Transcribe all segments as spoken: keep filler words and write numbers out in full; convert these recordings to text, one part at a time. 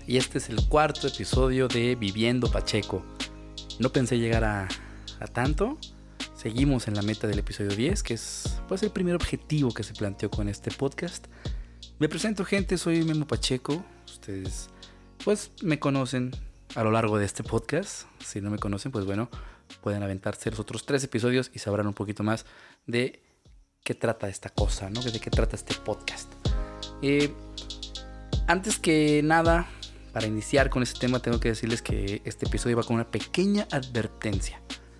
y este es el cuarto episodio de Viviendo Pacheco. No pensé llegar a, a tanto. Seguimos en la meta del episodio diez, que es pues el primer objetivo que se planteó con este podcast. Me presento, gente, soy Memo Pacheco. Ustedes pues me conocen a lo largo de este podcast. Si no me conocen, pues bueno, pueden aventarse los otros tres episodios y sabrán un poquito más de qué trata esta cosa, ¿no? De qué trata este podcast. Eh, antes que nada, para iniciar con este tema, tengo que decirles que este episodio va con una pequeña advertencia.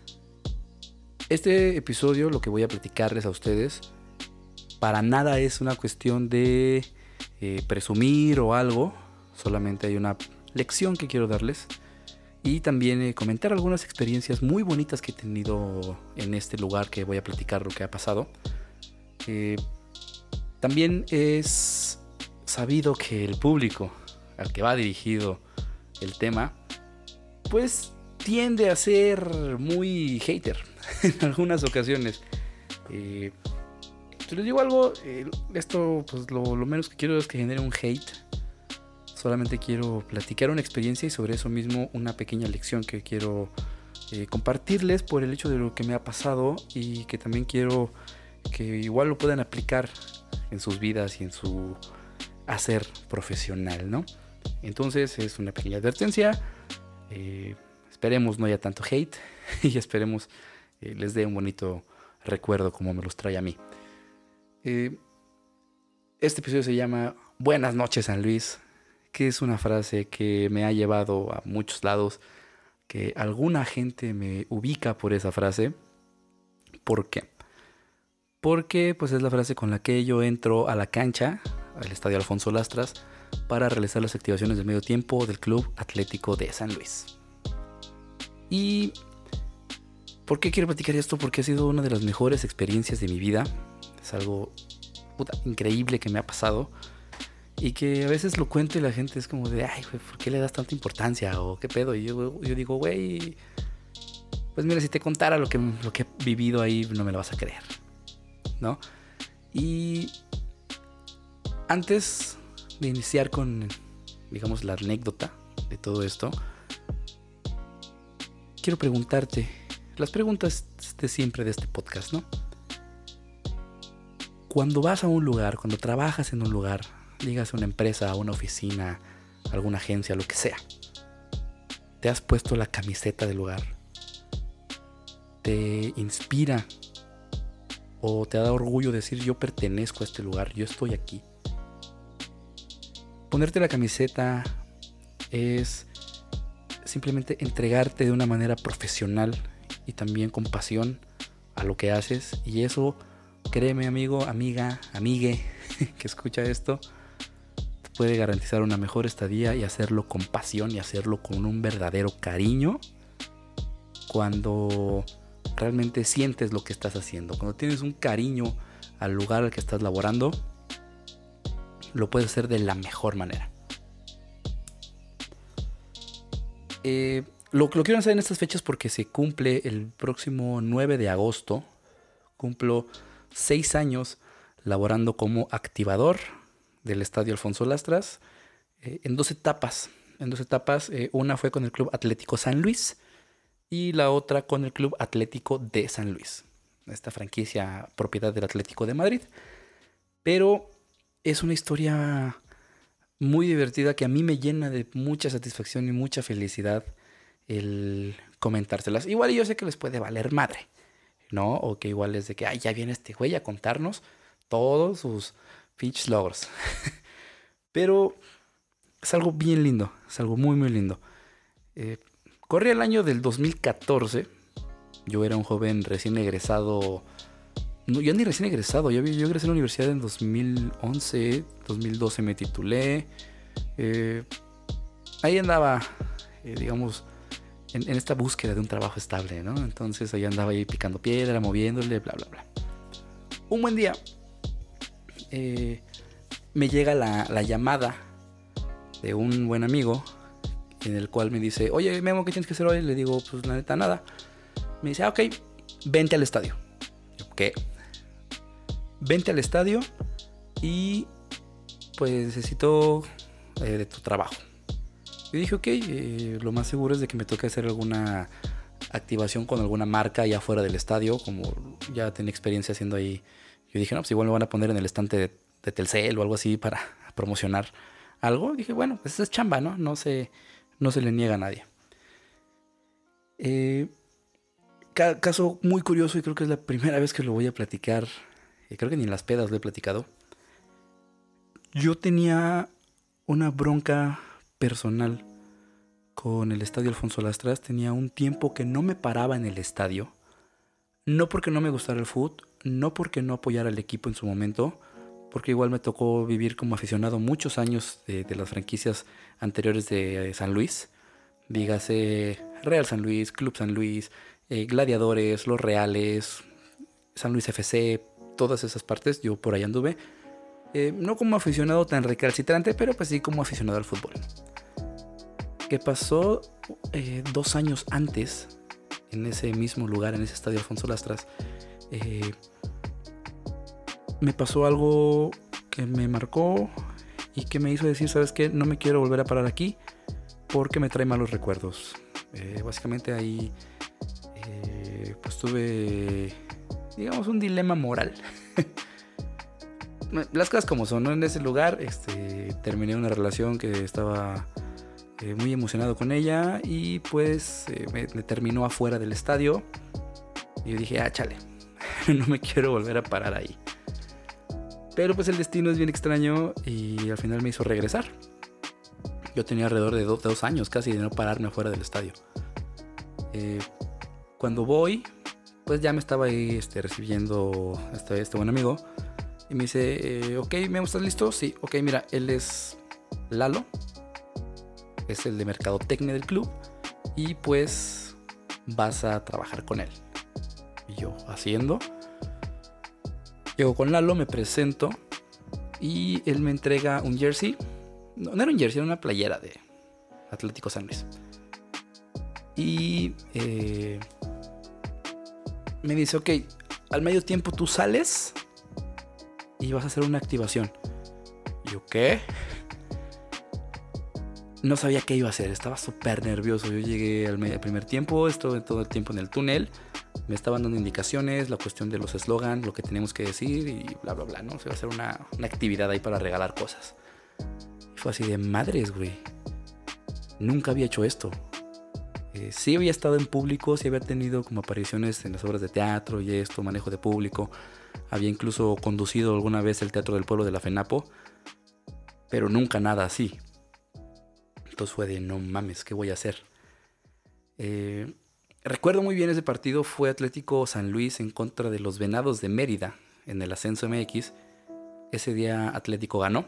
Este episodio, lo que voy a platicarles a ustedes, para nada es una cuestión de eh, presumir o algo. Solamente hay una lección que quiero darles. Y también eh, comentar algunas experiencias muy bonitas que he tenido en este lugar que voy a platicar lo que ha pasado. Eh, también es sabido que el público al que va dirigido el tema, pues tiende a ser muy hater en algunas ocasiones. Eh, si les digo algo, eh, esto pues lo, lo menos que quiero es que genere un hate. Solamente quiero platicar una experiencia y sobre eso mismo una pequeña lección que quiero eh, compartirles por el hecho de lo que me ha pasado y que también quiero que igual lo puedan aplicar en sus vidas y en su hacer profesional, ¿no? Entonces es una pequeña advertencia. Eh, esperemos no haya tanto hate y esperemos eh, les dé un bonito recuerdo como me los trae a mí. Eh, este episodio se llama Buenas noches, San Luis, que es una frase que me ha llevado a muchos lados, que alguna gente me ubica por esa frase. ¿Por qué? Porque pues es la frase con la que yo entro a la cancha, al Estadio Alfonso Lastras, para realizar las activaciones del medio tiempo del Club Atlético de San Luis. ¿Y por qué quiero platicar esto? Porque ha sido una de las mejores experiencias de mi vida. Es algo puta, increíble que me ha pasado. Y que a veces lo cuento y la gente es como de, ay, güey, ¿por qué le das tanta importancia? O qué pedo. Y yo, yo digo, güey, pues mira, si te contara lo que, lo que he vivido ahí, no me lo vas a creer, ¿no? Y antes de iniciar con, digamos, la anécdota de todo esto, quiero preguntarte las preguntas de siempre de este podcast, ¿no? Cuando vas a un lugar, cuando trabajas en un lugar, digas a una empresa, a una oficina, a alguna agencia, lo que sea, ¿te has puesto la camiseta del lugar? ¿Te inspira o te da orgullo decir yo pertenezco a este lugar, yo estoy aquí? Ponerte la camiseta es simplemente entregarte de una manera profesional y también con pasión a lo que haces, y eso, créeme, amigo, amiga, amigue que escucha esto, puede garantizar una mejor estadía y hacerlo con pasión y hacerlo con un verdadero cariño cuando realmente sientes lo que estás haciendo. Cuando tienes un cariño al lugar al que estás laborando, lo puedes hacer de la mejor manera. Eh, lo, lo quiero hacer en estas fechas porque se cumple el próximo nueve de agosto. Cumplo seis años laborando como activador del Estadio Alfonso Lastras, eh, en dos etapas. En dos etapas, eh, una fue con el Club Atlético San Luis y la otra con el Club Atlético de San Luis, esta franquicia propiedad del Atlético de Madrid. Pero es una historia muy divertida que a mí me llena de mucha satisfacción y mucha felicidad el comentárselas. Igual yo sé que les puede valer madre, ¿no? O que igual es de que, ay, ya viene este güey a contarnos todos sus pinches logros. Pero es algo bien lindo, es algo muy muy lindo. Eh, corría el año del dos mil catorce. Yo era un joven recién egresado. No, yo ni recién egresado. Yo, yo egresé a la universidad en dos mil once, dos mil doce me titulé. Eh, ahí andaba, eh, digamos, en, en esta búsqueda de un trabajo estable, ¿no? Entonces ahí andaba ahí picando piedra, moviéndole, bla bla bla. Un buen día Eh, me llega la, la llamada de un buen amigo en el cual me dice, oye, Memo, ¿qué tienes que hacer hoy? Le digo, pues la neta, nada. Me dice, ah, ok, vente al estadio. ¿Qué? Vente al estadio y pues necesito eh, de tu trabajo. Y dije, ok, eh, lo más seguro es de que me toque hacer alguna activación con alguna marca allá afuera del estadio, como ya tenía experiencia haciendo ahí. Yo dije, no, pues igual me van a poner en el estante de, de Telcel o algo así para promocionar algo. Dije, bueno, pues es chamba, ¿no? No se, no se le niega a nadie. Eh, ca- caso muy curioso, y creo que es la primera vez que lo voy a platicar. Eh, creo que ni en las pedas lo he platicado. Yo tenía una bronca personal con el estadio Alfonso Lastras. Tenía un tiempo que no me paraba en el estadio. No porque no me gustara el fútbol, no porque no apoyara al equipo en su momento, porque igual me tocó vivir como aficionado muchos años de, de las franquicias anteriores de eh, San Luis. Dígase Real San Luis, Club San Luis, eh, Gladiadores, Los Reales, San Luis F C, todas esas partes, yo por ahí anduve. Eh, no como aficionado tan recalcitrante, pero pues sí como aficionado al fútbol. Que pasó eh, dos años antes, en ese mismo lugar, en ese estadio Alfonso Lastras, eh, me pasó algo que me marcó y que me hizo decir, ¿sabes qué? No me quiero volver a parar aquí porque me trae malos recuerdos. Eh, básicamente ahí eh, pues tuve, digamos, un dilema moral. Las cosas como son, ¿no? En ese lugar este, terminé una relación que estaba eh, muy emocionado con ella y pues eh, me, me terminó afuera del estadio. Y yo dije, ah, chale, no me quiero volver a parar ahí. Pero pues el destino es bien extraño y al final me hizo regresar. Yo tenía alrededor de, do, de dos años casi de no pararme afuera del estadio. Eh, cuando voy, pues ya me estaba ahí este, recibiendo este, este buen amigo. Y me dice, eh, ok, ¿me estás listo? Sí, ok, mira, él es Lalo. Es el de mercadotecnia del club. Y pues vas a trabajar con él. Y yo, haciendo. Llego con Lalo, me presento. Y él me entrega un jersey. No, no era un jersey, era una playera de Atlético San Luis. Y eh, me dice, ok, al medio tiempo tú sales y vas a hacer una activación. Y yo, ¿qué? No sabía qué iba a hacer, estaba súper nervioso. Yo llegué al, medio, al primer tiempo, estuve todo el tiempo en el túnel. Me estaban dando indicaciones, la cuestión de los eslogans, lo que teníamos que decir y bla, bla, bla, ¿no? Se iba a hacer una, una actividad ahí para regalar cosas. Y fue así de madres, güey. Nunca había hecho esto. Eh, sí había estado en público, sí había tenido como apariciones en las obras de teatro y esto, manejo de público. Había incluso conducido alguna vez el Teatro del Pueblo de la FENAPO, pero nunca nada así. Entonces fue de, no mames, ¿qué voy a hacer? Eh, recuerdo muy bien ese partido, fue Atlético San Luis en contra de los Venados de Mérida en el Ascenso M X. Ese día Atlético ganó.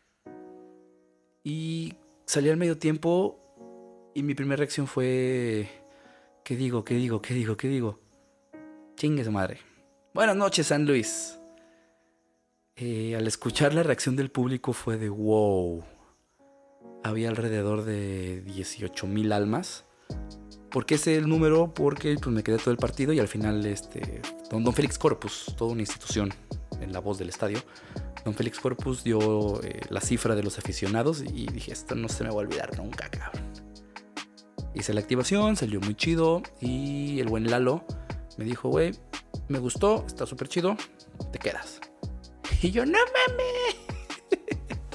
Y salí al medio tiempo y mi primera reacción fue, ¿qué digo, qué digo, qué digo, qué digo? Chingue su madre. Buenas noches, San Luis. Eh, al escuchar la reacción del público fue de wow. Había alrededor de dieciocho mil almas. ¿Por qué ese el número? Porque pues, me quedé todo el partido y al final este, don, don Félix Corpus, toda una institución en la voz del estadio, don Félix Corpus dio eh, la cifra de los aficionados y dije, esto no se me va a olvidar nunca, cabrón. Hice la activación, salió muy chido y el buen Lalo me dijo, güey, me gustó, está súper chido, te quedas. Y yo, no mames.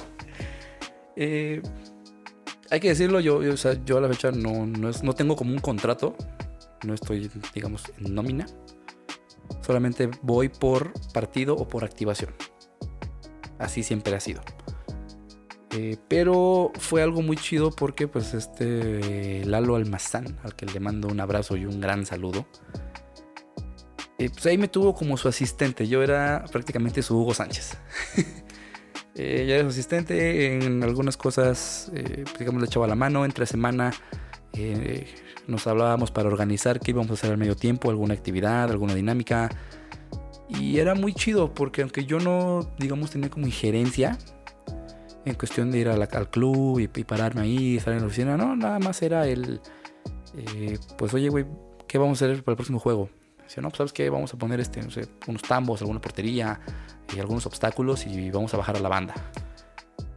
eh, hay que decirlo, yo, yo, o sea, yo a la fecha no, no, es, no tengo como un contrato, no estoy, digamos, en nómina. Solamente voy por partido o por activación. Así siempre ha sido. Eh, pero fue algo muy chido porque pues este Lalo Almazán, al que le mando un abrazo y un gran saludo, eh, pues ahí me tuvo como su asistente. Yo era prácticamente su Hugo Sánchez. eh, yo era su asistente en algunas cosas, eh, digamos, le echaba la mano. Entre semana eh, nos hablábamos para organizar qué íbamos a hacer al medio tiempo, alguna actividad, alguna dinámica. Y era muy chido porque aunque yo no, digamos, tenía como injerencia en cuestión de ir a la, al club y, y pararme ahí, estar en la oficina, no, nada más era el, eh, pues oye, güey, ¿qué vamos a hacer para el próximo juego? Decía, no, pues sabes qué, vamos a poner este, no sé, unos tambos, alguna portería y algunos obstáculos y vamos a bajar a la banda.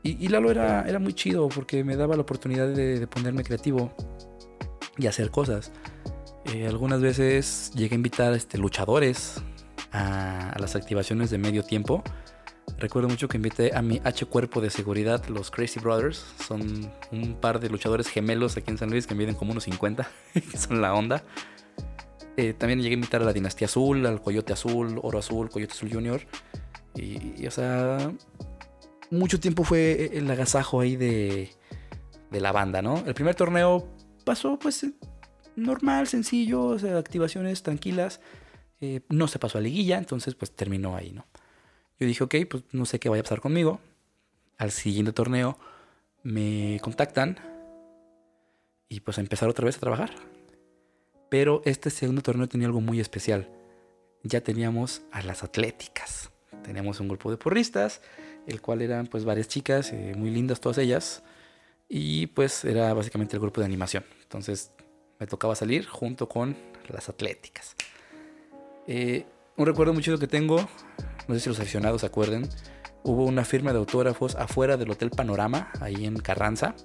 Y, y Lalo era, era muy chido porque me daba la oportunidad de, de ponerme creativo y hacer cosas. Eh, algunas veces llegué a invitar este, luchadores a, a las activaciones de medio tiempo. Recuerdo mucho que invité a mi H cuerpo de seguridad, los Crazy Brothers. Son un par de luchadores gemelos aquí en San Luis que miden como unos cincuenta, que son la onda. Eh, también llegué a invitar a la Dinastía Azul, al Coyote Azul, Oro Azul, Coyote Azul Junior. Y, y o sea, mucho tiempo fue el agasajo ahí de, de la banda, ¿no? El primer torneo pasó pues normal, sencillo, o sea, activaciones tranquilas. Eh, no se pasó a liguilla, entonces pues terminó ahí, ¿no? Yo dije, ok, pues no sé qué vaya a pasar conmigo. Al siguiente torneo me contactan y pues a empezar otra vez a trabajar. Pero este segundo torneo tenía algo muy especial. Ya teníamos a las atléticas. Teníamos un grupo de porristas, el cual eran pues varias chicas, eh, muy lindas todas ellas. Y pues era básicamente el grupo de animación. Entonces me tocaba salir junto con las atléticas. Eh, un recuerdo muy chido que tengo, no sé si los aficionados se acuerden, hubo una firma de autógrafos afuera del Hotel Panorama, ahí en Carranza.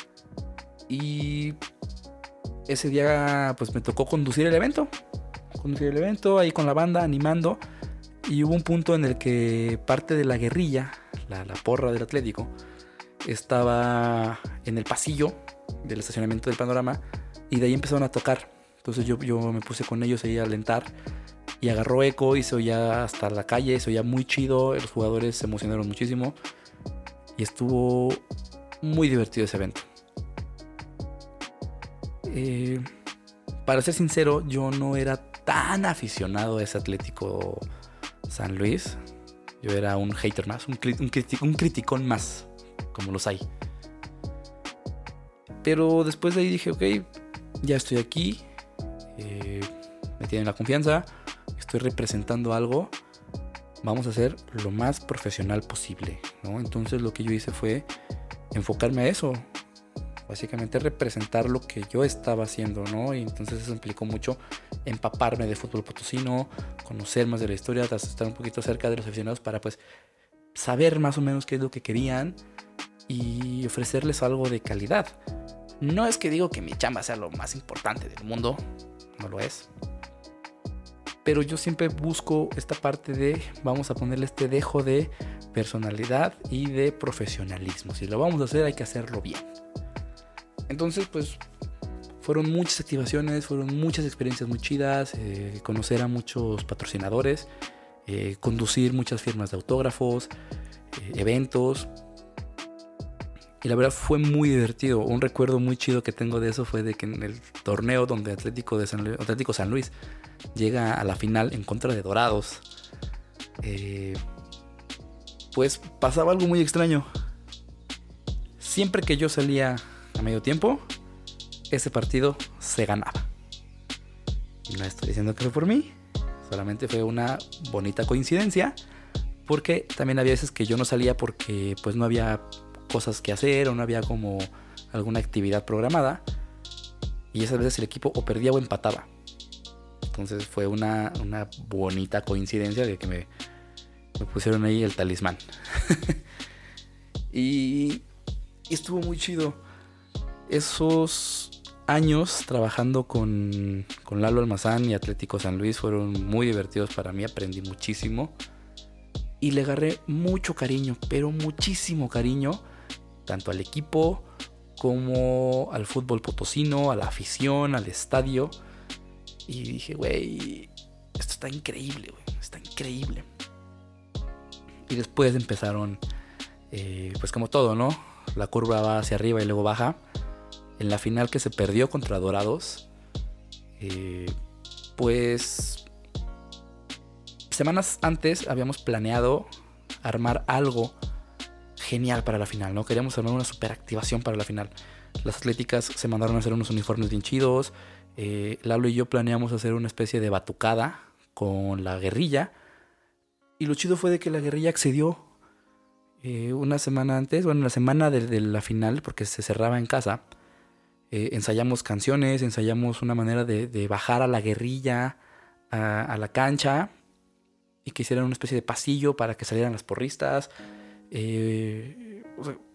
Y ese día pues me tocó conducir el evento. Conducir el evento ahí con la banda, animando. Y hubo un punto en el que parte de la guerrilla, la, la porra del Atlético, estaba en el pasillo del estacionamiento del Panorama. Y de ahí empezaron a tocar. Entonces yo, yo me puse con ellos ahí a alentar. Y agarró eco y se oía hasta la calle, se oía muy chido. Los jugadores se emocionaron muchísimo. Y estuvo muy divertido ese evento. Eh, para ser sincero, yo no era tan aficionado a ese Atlético San Luis. Yo era un hater más, un, un, critic, un criticón más, como los hay. Pero después de ahí dije, ok, ya estoy aquí. Eh, me tienen la confianza. Estoy representando algo. Vamos a hacer lo más profesional posible, ¿no? Entonces lo que yo hice fue enfocarme a eso. Básicamente representar lo que yo estaba haciendo, ¿no? Y entonces eso implicó mucho empaparme de fútbol potosino, conocer más de la historia, estar un poquito cerca de los aficionados para pues saber más o menos qué es lo que querían y ofrecerles algo de calidad. No es que digo que mi chamba sea lo más importante del mundo, no lo es. Pero yo siempre busco esta parte de, vamos a ponerle este dejo de personalidad y de profesionalismo. Si lo vamos a hacer hay que hacerlo bien. Entonces pues fueron muchas activaciones, fueron muchas experiencias muy chidas, eh, conocer a muchos patrocinadores, eh, conducir muchas firmas de autógrafos, eh, eventos. Y la verdad fue muy divertido. Un recuerdo muy chido que tengo de eso fue de que en el torneo donde Atlético, de San Luis, Atlético San Luis llega a la final en contra de Dorados, eh, pues pasaba algo muy extraño. Siempre que yo salía a medio tiempo, ese partido se ganaba. No estoy diciendo que fue por mí, solamente fue una bonita coincidencia, porque también había veces que yo no salía porque pues no había cosas que hacer o no había como alguna actividad programada, y esas veces el equipo o perdía o empataba. Entonces fue una, una bonita coincidencia de que me, me pusieron ahí el talismán. y, y estuvo muy chido. Esos años trabajando con, con Lalo Almazán y Atlético San Luis fueron muy divertidos para mí, aprendí muchísimo y le agarré mucho cariño, pero muchísimo cariño, tanto al equipo como al fútbol potosino, a la afición, al estadio. Y dije, güey, esto está increíble, güey, está increíble. Y después empezaron, eh, pues como todo, ¿no? La curva va hacia arriba y luego baja. En la final que se perdió contra Dorados, eh, pues semanas antes habíamos planeado armar algo genial para la final, ¿no? Queríamos armar una super activación para la final. Las atléticas se mandaron a hacer unos uniformes bien chidos. Eh, Lalo y yo planeamos hacer una especie de batucada con la guerrilla. Y lo chido fue de que la guerrilla accedió eh, una semana antes, bueno, la semana de, de la final, porque se cerraba en casa. Eh, ensayamos canciones, ensayamos una manera de, de bajar a la guerrilla a, a la cancha y que hicieran una especie de pasillo para que salieran las porristas. Eh, o sea,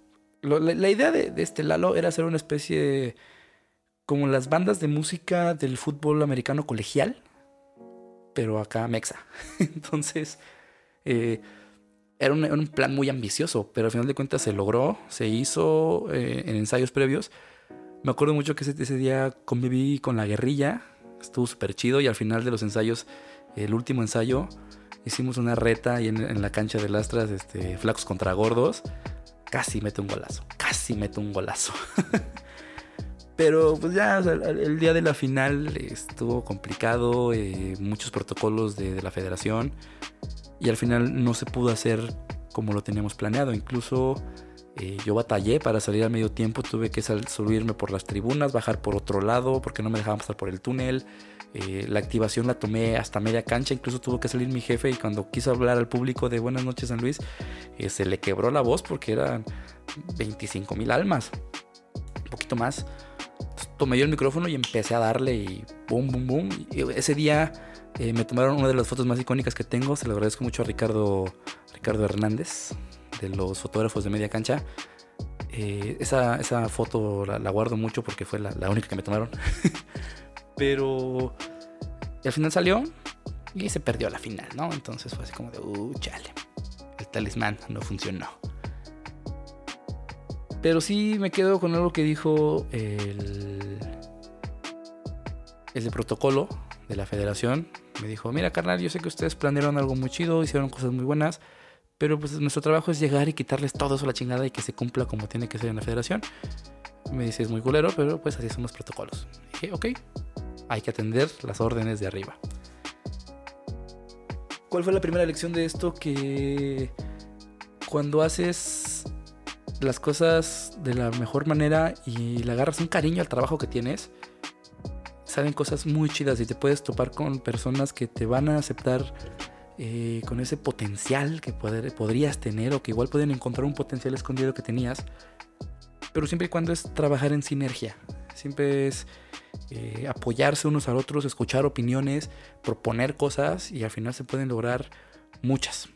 lo, la, la idea de, de este Lalo era hacer una especie de, como las bandas de música del fútbol americano colegial, pero acá mexa. Entonces, eh, era, un, era un plan muy ambicioso, pero al final de cuentas se logró, se hizo eh, en ensayos previos. Me acuerdo mucho que ese, ese día conviví con la guerrilla, estuvo súper chido, y al final de los ensayos, el último ensayo, hicimos una reta ahí en, en la cancha de Lastras, este, flacos contra gordos. Casi meto un golazo, casi meto un golazo. Pero pues ya, o sea, el, el día de la final estuvo complicado, eh, muchos protocolos de, de la federación, y al final no se pudo hacer como lo teníamos planeado. Incluso eh, yo batallé para salir al medio tiempo, tuve que sal, subirme por las tribunas, bajar por otro lado porque no me dejaban pasar por el túnel. Eh, la activación la tomé hasta media cancha, incluso tuvo que salir mi jefe, y cuando quiso hablar al público de buenas noches San Luis, eh, se le quebró la voz porque eran veinticinco mil almas, un poquito más. Entonces, tomé yo el micrófono y empecé a darle, y boom, boom, boom. Y ese día eh, me tomaron una de las fotos más icónicas que tengo. Se lo agradezco mucho a Ricardo, Ricardo Hernández, de los fotógrafos de media cancha. Eh, esa, esa foto la, la guardo mucho porque fue la, la única que me tomaron. Pero al final salió y se perdió la final, ¿no? Entonces fue así como de, uh, chale, el talismán no funcionó. Pero sí me quedo con algo que dijo el, el de protocolo de la federación. Me dijo, mira carnal, yo sé que ustedes planearon algo muy chido, hicieron cosas muy buenas, pero pues nuestro trabajo es llegar y quitarles todo eso a la chingada y que se cumpla como tiene que ser en la federación. Me dice, es muy culero, pero pues así son los protocolos. Y dije, ok, hay que atender las órdenes de arriba. ¿Cuál fue la primera lección de esto? Que cuando haces las cosas de la mejor manera y le agarras un cariño al trabajo que tienes, salen cosas muy chidas y te puedes topar con personas que te van a aceptar eh, con ese potencial que poder, podrías tener, o que igual pueden encontrar un potencial escondido que tenías, pero siempre y cuando es trabajar en sinergia. Siempre es eh, apoyarse unos a otros, escuchar opiniones, proponer cosas, y al final se pueden lograr muchas.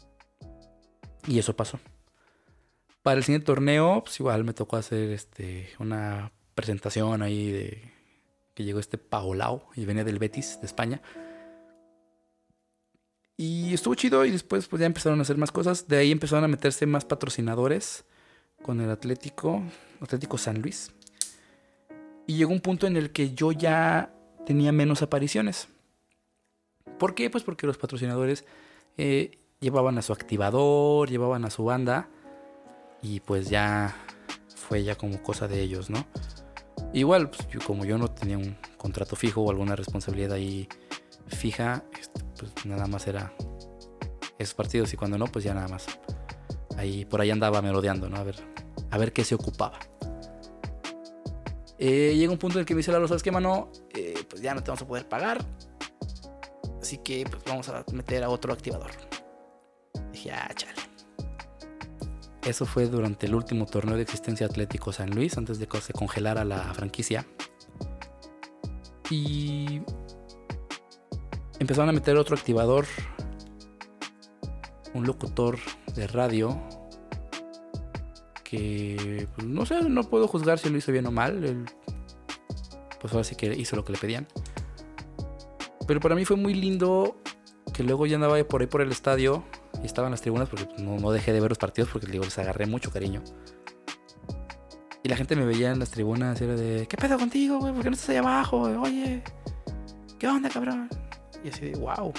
Y eso pasó. Para el siguiente torneo, pues igual me tocó hacer este, una presentación ahí de que llegó este Paolao y venía del Betis de España. Y estuvo chido, y después pues ya empezaron a hacer más cosas. De ahí empezaron a meterse más patrocinadores con el Atlético, Atlético San Luis. Y llegó un punto en el que yo ya tenía menos apariciones. ¿Por qué? Pues porque los patrocinadores eh, llevaban a su activador, llevaban a su banda, y pues ya fue ya como cosa de ellos, ¿no? Igual, pues yo, como yo no tenía un contrato fijo o alguna responsabilidad ahí fija, este, pues nada más era esos partidos, y cuando no, pues ya nada más. Ahí, por ahí andaba merodeando, ¿no? A ver, a ver qué se ocupaba. Eh, llega un punto en el que me dice Lalo, ¿sabes qué, mano? Eh, pues ya no te vamos a poder pagar, así que pues vamos a meter a otro activador. Dije, ah, chale. Eso fue durante el último torneo de existencia Atlético San Luis, antes de que se congelara la franquicia. Y empezaron a meter otro activador, un locutor de radio, que pues, no sé, no puedo juzgar si lo hizo bien o mal. Él, pues ahora sí que hizo lo que le pedían. Pero para mí fue muy lindo que luego ya andaba por ahí por el estadio y estaba en las tribunas, porque no, no dejé de ver los partidos porque digo, les agarré mucho cariño. Y la gente me veía en las tribunas y era de, ¿qué pedo contigo, güey? ¿Por qué no estás ahí abajo, güey? Oye, ¿qué onda, cabrón? Y así de, wow.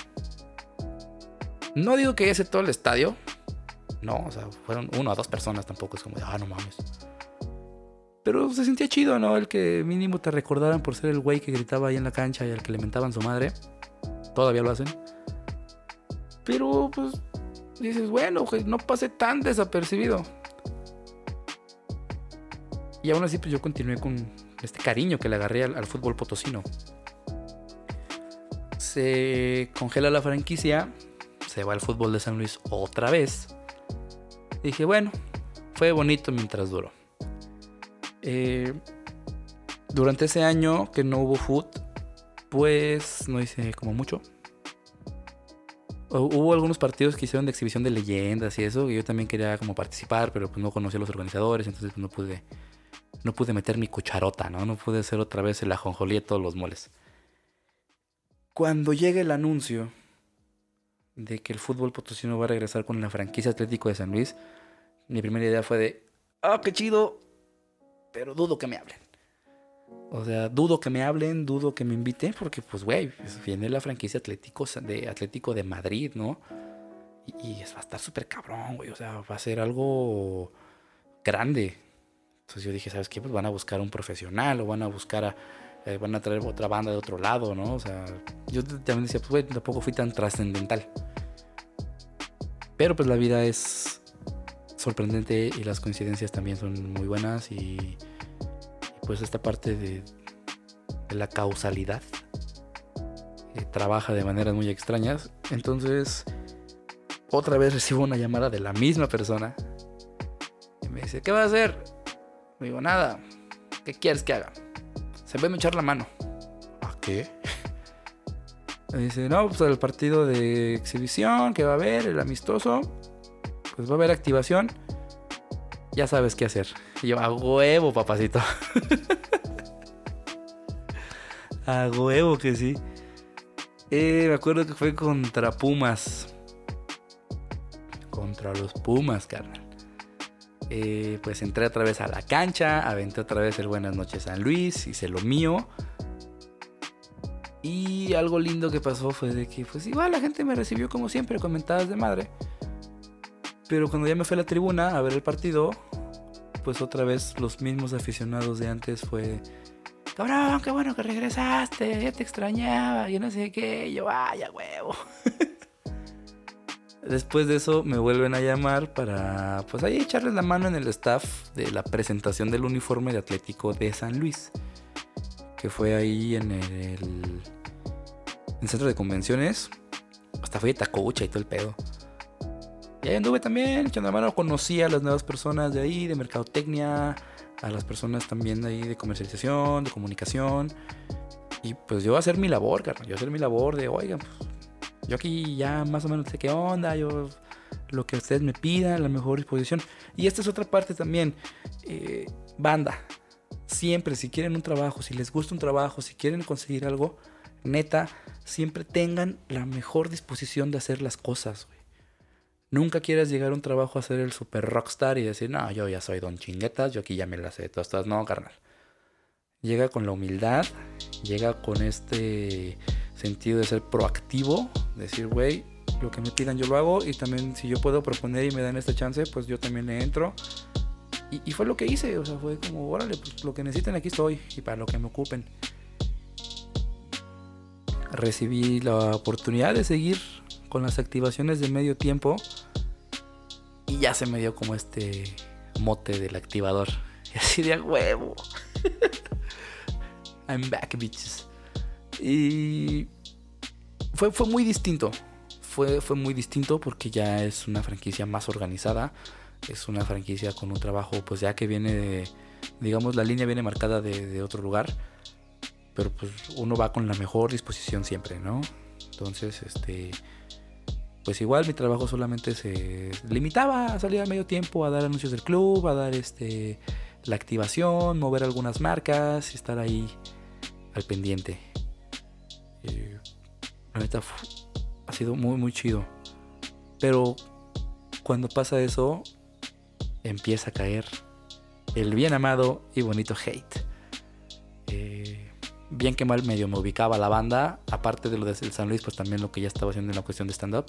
No digo que ese todo el estadio, no, o sea, fueron una o dos personas, tampoco es como de, ah, no mames. Pero se sentía chido, ¿no? El que mínimo te recordaran por ser el güey que gritaba ahí en la cancha y al que le mentaban su madre. Todavía lo hacen. Pero, pues, dices, bueno, güey, no pasé tan desapercibido. Y aún así, pues yo continué con este cariño que le agarré al, al fútbol potosino. Se congela la franquicia, se va el fútbol de San Luis otra vez. Dije, bueno, fue bonito mientras duró. Eh, durante ese año que no hubo fut, pues no hice como mucho. Hubo algunos partidos que hicieron de exhibición de leyendas y eso, y yo también quería como participar, pero pues no conocía a los organizadores, entonces pues no pude, no pude meter mi cucharota, ¿no? No pude hacer otra vez el ajonjolí de todos los moles. Cuando llega el anuncio de que el fútbol potosino va a regresar con la franquicia Atlético de San Luis, mi primera idea fue de, ah, qué chido, pero dudo que me hablen. O sea, dudo que me hablen, dudo que me inviten, porque pues, güey, pues, viene la franquicia Atlético de, Atlético de Madrid, ¿no? Y, y va a estar súper cabrón, güey, o sea, va a ser algo grande. Entonces yo dije, ¿sabes qué? Pues van a buscar un profesional o van a buscar a... Eh, van a traer otra banda de otro lado, ¿no? O sea, yo también decía, pues, güey, tampoco fui tan trascendental. Pero pues la vida es sorprendente y las coincidencias también son muy buenas y... pues esta parte de, de la causalidad eh, trabaja de maneras muy extrañas. Entonces otra vez recibo una llamada de la misma persona y me dice, ¿qué vas a hacer? Me digo, nada, ¿qué quieres que haga? Se ve a echar la mano. ¿A qué? Me dice, no, pues el partido de exhibición que va a haber, el amistoso, pues va a haber activación, ya sabes qué hacer. Y yo, a huevo, papacito. A huevo que sí. Eh, me acuerdo que fue contra Pumas. Contra los Pumas, carnal. Eh, pues entré otra vez a la cancha, aventé otra vez el Buenas noches San Luis, hice lo mío. Y algo lindo que pasó fue de que, pues igual la gente me recibió como siempre, con mentadas de madre. Pero cuando ya me fui a la tribuna a ver el partido, pues otra vez los mismos aficionados de antes fue, cabrón, qué bueno que regresaste, ya te extrañaba, yo no sé qué, y yo, vaya huevo. Después de eso me vuelven a llamar para, pues ahí echarles la mano en el staff de la presentación del uniforme de Atlético de San Luis, que fue ahí en el, el, el centro de convenciones, hasta fui de Tacucha y todo el pedo. Y ahí anduve también echando la mano, conocí a las nuevas personas de ahí, de mercadotecnia, a las personas también de ahí de comercialización, de comunicación. Y pues yo voy a hacer mi labor, carnal, yo voy a hacer mi labor de, oigan, pues, yo aquí ya más o menos sé qué onda, yo lo que ustedes me pidan, la mejor disposición. Y esta es otra parte también, eh, banda, siempre si quieren un trabajo, si les gusta un trabajo, si quieren conseguir algo, neta, siempre tengan la mejor disposición de hacer las cosas, güey. Nunca quieras llegar a un trabajo a ser el super rockstar y decir, no, yo ya soy don chinguetas, yo aquí ya me las sé de todas, todas. No, carnal. Llega con la humildad, llega con este sentido de ser proactivo, decir, güey, lo que me pidan yo lo hago y también si yo puedo proponer y me dan esta chance, pues yo también le entro. Y, y fue lo que hice, o sea, fue como, órale, pues lo que necesiten aquí estoy y para lo que me ocupen. Recibí la oportunidad de seguir con las activaciones de medio tiempo y ya se me dio como este mote del activador. Y así de a huevo. I'm back, bitches. Y fue, fue muy distinto. Fue, fue muy distinto porque ya es una franquicia más organizada. Es una franquicia con un trabajo, pues ya que viene de, digamos, la línea viene marcada de, de otro lugar. Pero pues uno va con la mejor disposición siempre, ¿no? Entonces, este... pues igual mi trabajo solamente se limitaba a salir a medio tiempo, a dar anuncios del club, a dar este la activación, mover algunas marcas y estar ahí al pendiente. Eh, la neta ha sido muy muy chido. Pero cuando pasa eso, empieza a caer el bien amado y bonito hate. Eh, bien que mal medio me ubicaba la banda, aparte de lo de San Luis, pues también lo que ya estaba haciendo en la cuestión de stand-up.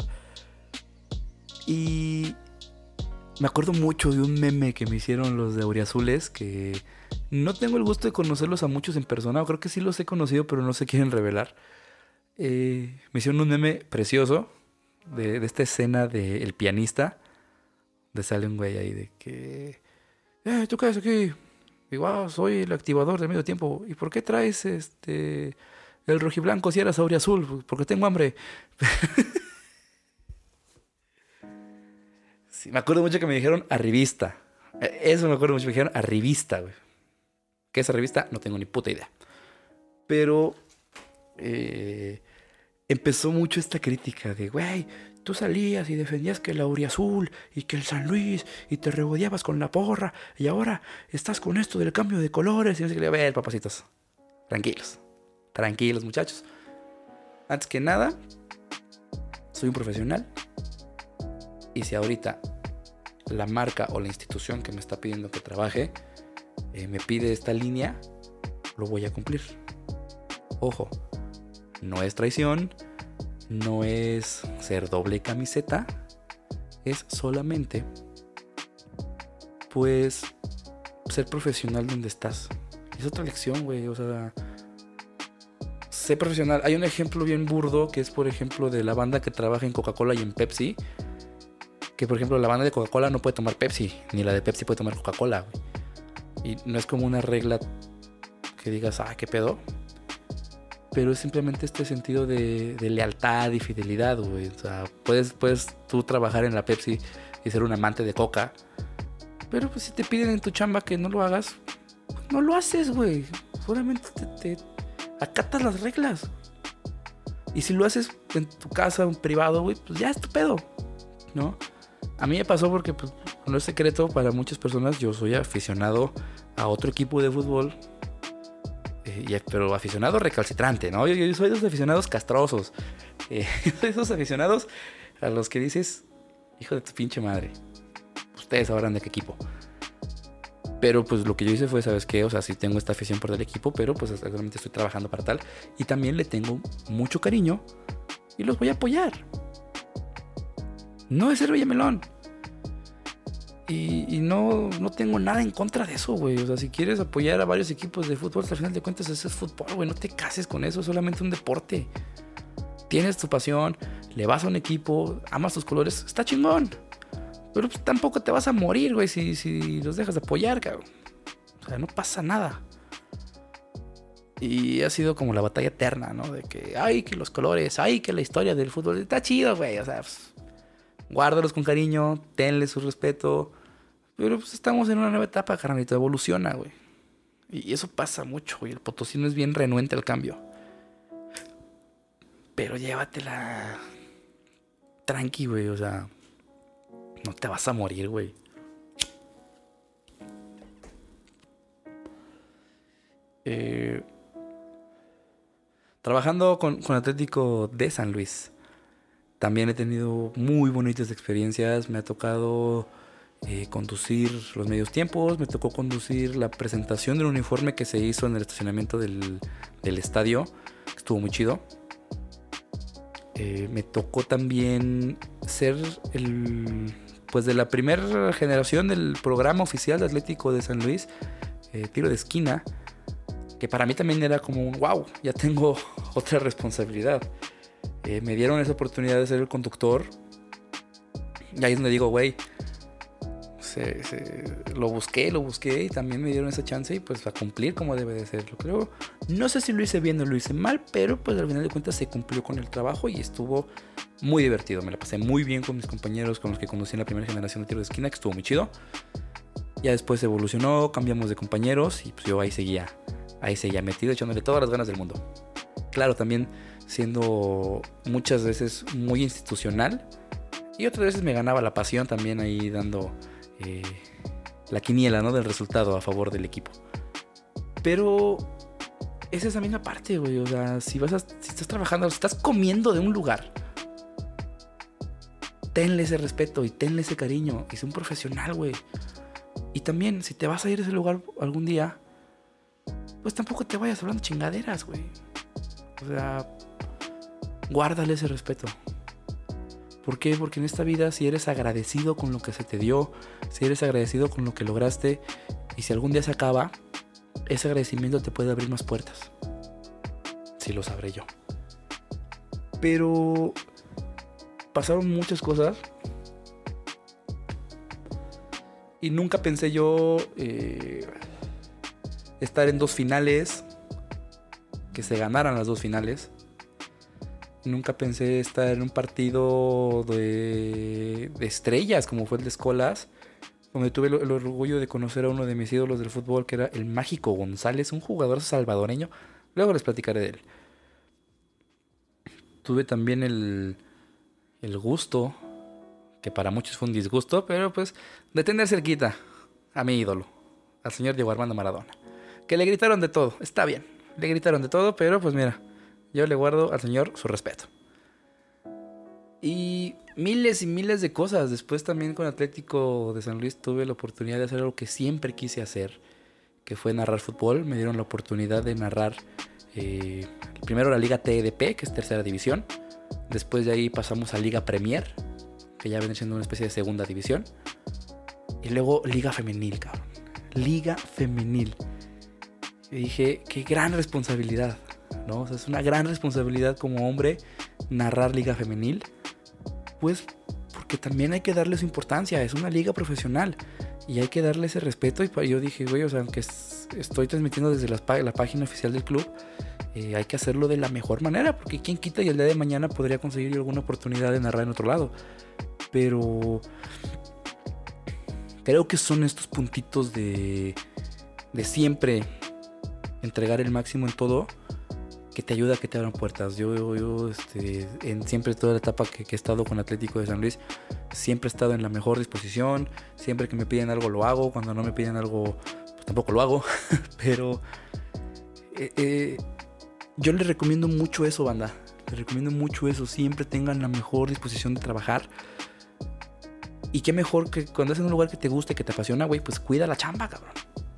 Y me acuerdo mucho de un meme que me hicieron los de Auriazules, que no tengo el gusto de conocerlos a muchos en persona, o creo que sí los he conocido, pero no se quieren revelar. Eh, me hicieron un meme precioso de, de esta escena de El pianista, de sale un güey ahí de que, eh, ¿tú qué haces aquí? Digo, ah, soy el activador de medio tiempo. ¿Y por qué traes este el rojiblanco si eras auriazul? Porque tengo hambre. Sí, me acuerdo mucho que me dijeron arribista. Eso me acuerdo mucho, me dijeron arribista, güey. ¿Qué es arribista? No tengo ni puta idea. Pero eh, empezó mucho esta crítica de, güey, tú salías y defendías que el Auriazul y que el San Luis y te regodeabas con la porra y ahora estás con esto del cambio de colores y no sé qué. A ver, papacitos, tranquilos, tranquilos muchachos. Antes que nada, soy un profesional y si ahorita la marca o la institución que me está pidiendo que trabaje eh, me pide esta línea, lo voy a cumplir. Ojo, no es traición, no es ser doble camiseta, es solamente, pues, ser profesional donde estás. Es otra lección, güey, o sea, sé profesional. Hay un ejemplo bien burdo que es, por ejemplo, de la banda que trabaja en Coca-Cola y en Pepsi. Que, por ejemplo, la banda de Coca-Cola no puede tomar Pepsi, ni la de Pepsi puede tomar Coca-Cola, güey. Y no es como una regla que digas, ah, qué pedo. Pero es simplemente este sentido de, de lealtad y fidelidad, güey. O sea, puedes, puedes tú trabajar en la Pepsi y ser un amante de Coca. Pero pues si te piden en tu chamba que no lo hagas, pues no lo haces, güey. Solamente te, te acatas las reglas. Y si lo haces en tu casa, en privado, güey, pues ya es tu pedo, ¿no? A mí me pasó porque, pues, no es secreto para muchas personas, yo soy aficionado a otro equipo de fútbol. Eh, pero aficionado recalcitrante, ¿no? Yo, yo soy de esos aficionados castrosos. Eh, soy de esos aficionados a los que dices, hijo de tu pinche madre. Ustedes sabrán de qué equipo. Pero pues lo que yo hice fue, ¿sabes qué? O sea, sí tengo esta afición por el equipo, pero pues actualmente estoy trabajando para tal. Y también le tengo mucho cariño y los voy a apoyar. No es ser Villamelón. Y, y no, no tengo nada en contra de eso, güey. O sea, si quieres apoyar a varios equipos de fútbol, al final de cuentas eso es fútbol, güey. No te cases con eso, es solamente un deporte. Tienes tu pasión, le vas a un equipo, amas tus colores, está chingón. Pero pues tampoco te vas a morir, güey, si, si los dejas de apoyar, cabrón. O sea, no pasa nada. Y ha sido como la batalla eterna, ¿no? De que, ay, que los colores, ay, que la historia del fútbol. Está chido, güey, o sea, pues, guárdalos con cariño, tenle su respeto. Pero pues estamos en una nueva etapa, carnalito, evoluciona, güey. Y eso pasa mucho, güey. El potosino es bien renuente al cambio. Pero llévatela tranqui, güey, o sea, no te vas a morir, güey. Eh, trabajando con, con Atlético de San Luis, también he tenido muy bonitas experiencias. Me ha tocado eh, conducir los medios tiempos. Me tocó conducir la presentación del uniforme que se hizo en el estacionamiento del, del estadio. Estuvo muy chido. Eh, me tocó también ser el, pues de la primera generación del programa oficial de Atlético de San Luis, eh, tiro de esquina, que para mí también era como un wow, ya tengo otra responsabilidad. Eh, me dieron esa oportunidad de ser el conductor. Y ahí es donde digo, güey, se, se, lo busqué, lo busqué y también me dieron esa chance y pues a cumplir como debe de ser. Lo creo. No sé si lo hice bien o lo hice mal, pero pues al final de cuentas se cumplió con el trabajo y estuvo muy divertido. Me la pasé muy bien con mis compañeros con los que conducí en la primera generación de tiro de esquina, que estuvo muy chido. Ya después evolucionó, cambiamos de compañeros y pues yo ahí seguía, ahí seguía metido, echándole todas las ganas del mundo. Claro, también siendo muchas veces muy institucional y otras veces me ganaba la pasión también ahí dando eh, la quiniela, ¿no? Del resultado a favor del equipo. Pero es esa misma parte, güey. O sea, si vas a, si estás trabajando, si estás comiendo de un lugar, tenle ese respeto y tenle ese cariño y sé un profesional, güey. Y también, si te vas a ir a ese lugar algún día, pues tampoco te vayas hablando chingaderas, güey. O sea, guárdale ese respeto. ¿Por qué? Porque en esta vida, si eres agradecido con lo que se te dio, si eres agradecido con lo que lograste, y si algún día se acaba, ese agradecimiento te puede abrir más puertas. Sí lo sabré yo. Pero pasaron muchas cosas y nunca pensé yo eh, estar en dos finales, que se ganaran las dos finales. Nunca pensé estar en un partido de, de estrellas como fue el de Escolas, donde tuve el, el orgullo de conocer a uno de mis ídolos del fútbol, que era el Mágico González, un jugador salvadoreño. Luego les platicaré de él. tuve también el, el gusto, que para muchos fue un disgusto, pero pues de tener cerquita a mi ídolo, al señor Diego Armando Maradona. Que le gritaron de todo, está bien, le gritaron de todo, pero pues mira, yo le guardo al señor su respeto. Y miles y miles de cosas. Después también con Atlético de San Luis tuve la oportunidad de hacer algo que siempre quise hacer, que fue narrar fútbol. Me dieron la oportunidad de narrar eh, primero la Liga T E D P, que es tercera división. Después de ahí pasamos a Liga Premier, que ya viene siendo una especie de segunda división. Y luego Liga Femenil, cabrón. Liga Femenil. Y dije, qué gran responsabilidad, ¿no? O sea, es una gran responsabilidad como hombre narrar Liga Femenil. Pues porque también hay que darle su importancia. Es una liga profesional y hay que darle ese respeto. Y yo dije, güey, o sea, aunque estoy transmitiendo desde la, la página oficial del club, eh, hay que hacerlo de la mejor manera, porque quién quita y el día de mañana podría conseguir alguna oportunidad de narrar en otro lado. Pero creo que son estos puntitos de, de siempre entregar el máximo en todo, que te ayuda a que te abran puertas. Yo, yo, yo este, en siempre toda la etapa que, que he estado con Atlético de San Luis, siempre he estado en la mejor disposición. Siempre que me piden algo lo hago. Cuando no me piden algo, pues tampoco lo hago. Pero eh, eh, yo les recomiendo mucho eso, banda. Les recomiendo mucho eso. Siempre tengan la mejor disposición de trabajar. Y qué mejor que cuando es en un lugar que te guste, que te apasiona, güey, pues cuida la chamba, cabrón.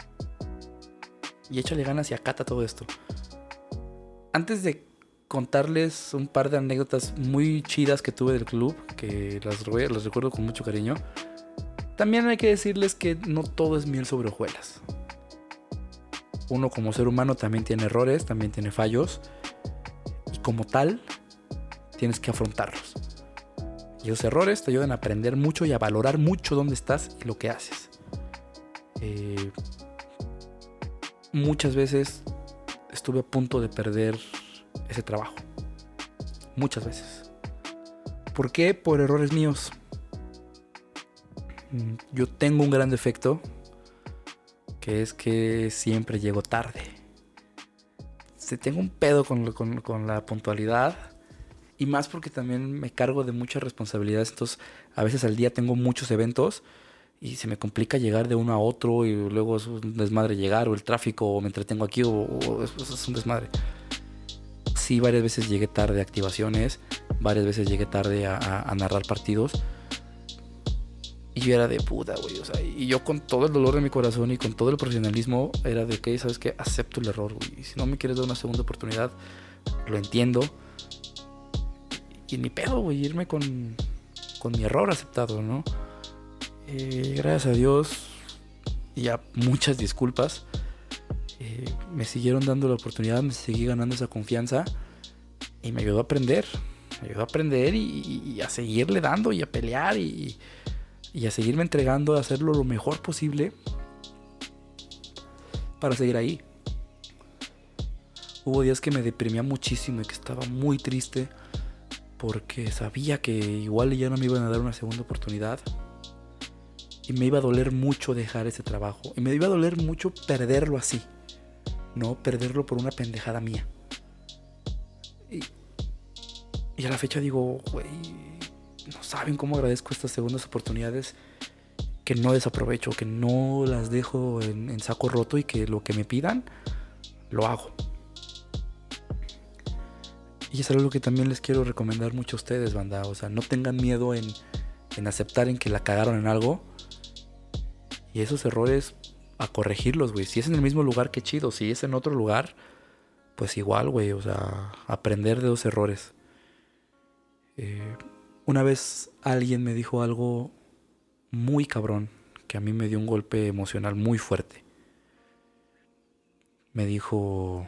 Y échale ganas y acata todo esto. Antes de contarles un par de anécdotas muy chidas que tuve del club, que las, las recuerdo con mucho cariño, también hay que decirles que no todo es miel sobre hojuelas. Uno como ser humano también tiene errores, también tiene fallos, y como tal, tienes que afrontarlos. Y esos errores te ayudan a aprender mucho y a valorar mucho dónde estás y lo que haces. Eh, muchas veces estuve a punto de perder ese trabajo. Muchas veces. ¿Por qué? Por errores míos. Yo tengo un gran defecto, que es que siempre llego tarde. Si tengo un pedo con, con, con la puntualidad, y más porque también me cargo de muchas responsabilidades. Entonces a veces al día tengo muchos eventos y se me complica llegar de uno a otro, y luego es un desmadre llegar, o el tráfico, o me entretengo aquí, o, o es, es un desmadre. Sí, varias veces llegué tarde a activaciones, varias veces llegué tarde a, a, a narrar partidos. Y yo era de puta, güey, o sea, y yo con todo el dolor de mi corazón y con todo el profesionalismo era de que, ¿sabes qué? Acepto el error, güey. Y si no me quieres dar una segunda oportunidad, lo entiendo. Y ni pedo, güey, irme con, con mi error aceptado, ¿no? Eh, gracias a Dios y a muchas disculpas, eh, me siguieron dando la oportunidad, me seguí ganando esa confianza y me ayudó a aprender, me ayudó a aprender y, y a seguirle dando y a pelear y, y a seguirme entregando, a hacerlo lo mejor posible para seguir ahí. Hubo días que me deprimía muchísimo y que estaba muy triste porque sabía que igual ya no me iban a dar una segunda oportunidad. Y me iba a doler mucho dejar ese trabajo. Y me iba a doler mucho perderlo así. No perderlo por una pendejada mía. Y, y a la fecha digo, güey, no saben cómo agradezco estas segundas oportunidades que no desaprovecho, que no las dejo en, en saco roto, y que lo que me pidan, lo hago. Y es algo que también les quiero recomendar mucho a ustedes, banda. O sea, no tengan miedo en, en aceptar en que la cagaron en algo. Y esos errores, a corregirlos, güey. Si es en el mismo lugar, qué chido. Si es en otro lugar, pues igual, güey. O sea, aprender de los errores. Eh, una vez alguien me dijo algo muy cabrón, que a mí me dio un golpe emocional muy fuerte. Me dijo: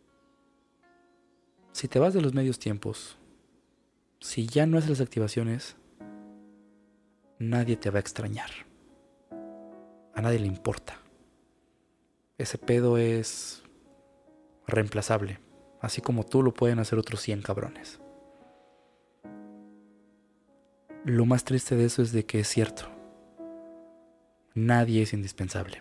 si te vas de los medios tiempos, si ya no haces las activaciones, nadie te va a extrañar. A nadie le importa. Ese pedo es reemplazable. Así como tú, lo pueden hacer otros cien cabrones. Lo más triste de eso es de que es cierto. Nadie es indispensable.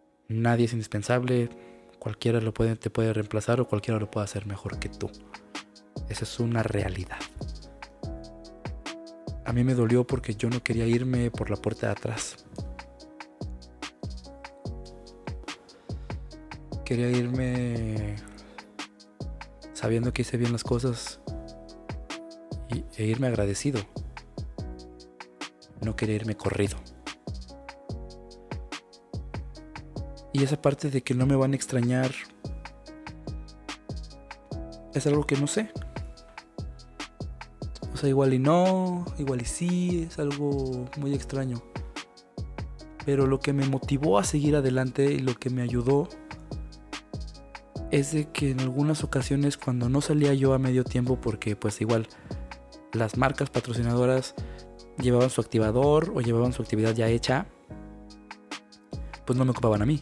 Nadie es indispensable. Cualquiera lo puede, te puede reemplazar, o cualquiera lo puede hacer mejor que tú. Esa es una realidad. A mí me dolió porque yo no quería irme por la puerta de atrás. Quería irme sabiendo que hice bien las cosas y, e irme agradecido. No quería irme corrido. Y esa parte de que no me van a extrañar es algo que no sé. O sea, igual y no, igual y sí, es algo muy extraño. Pero lo que me motivó a seguir adelante y lo que me ayudó es de que en algunas ocasiones cuando no salía yo a medio tiempo, porque pues igual las marcas patrocinadoras llevaban su activador o llevaban su actividad ya hecha, pues no me ocupaban a mí.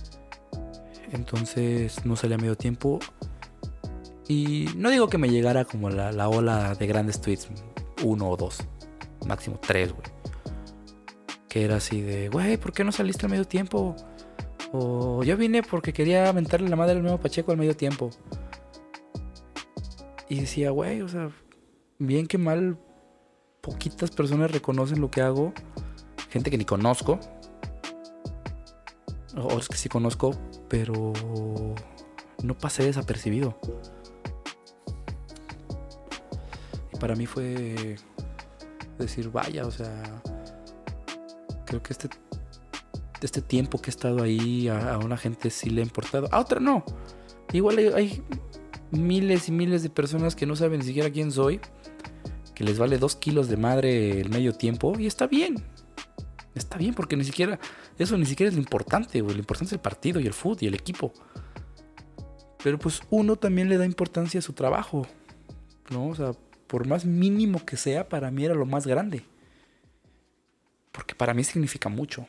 Entonces no salía a medio tiempo. Y no digo que me llegara como la, la ola de grandes tweets, uno o dos, máximo tres, güey. Que era así de, güey, ¿por qué no saliste al medio tiempo? O yo vine porque quería aventarle la madre al Memo Pacheco al medio tiempo. Y decía, güey, o sea, bien que mal, poquitas personas reconocen lo que hago. Gente que ni conozco. O otros que sí conozco, pero no pasé desapercibido. Y para mí fue decir, vaya, o sea, creo que este este tiempo que he estado ahí a, a una gente sí le ha importado, a otra no. Igual hay, hay miles y miles de personas que no saben ni siquiera quién soy, que les vale dos kilos de madre el medio tiempo, y está bien. Está bien, porque ni siquiera eso ni siquiera es lo importante, güey. Lo importante es el partido y el fútbol y el equipo. Pero pues uno también le da importancia a su trabajo, ¿no? O sea, por más mínimo que sea, para mí era lo más grande. Porque para mí significa mucho.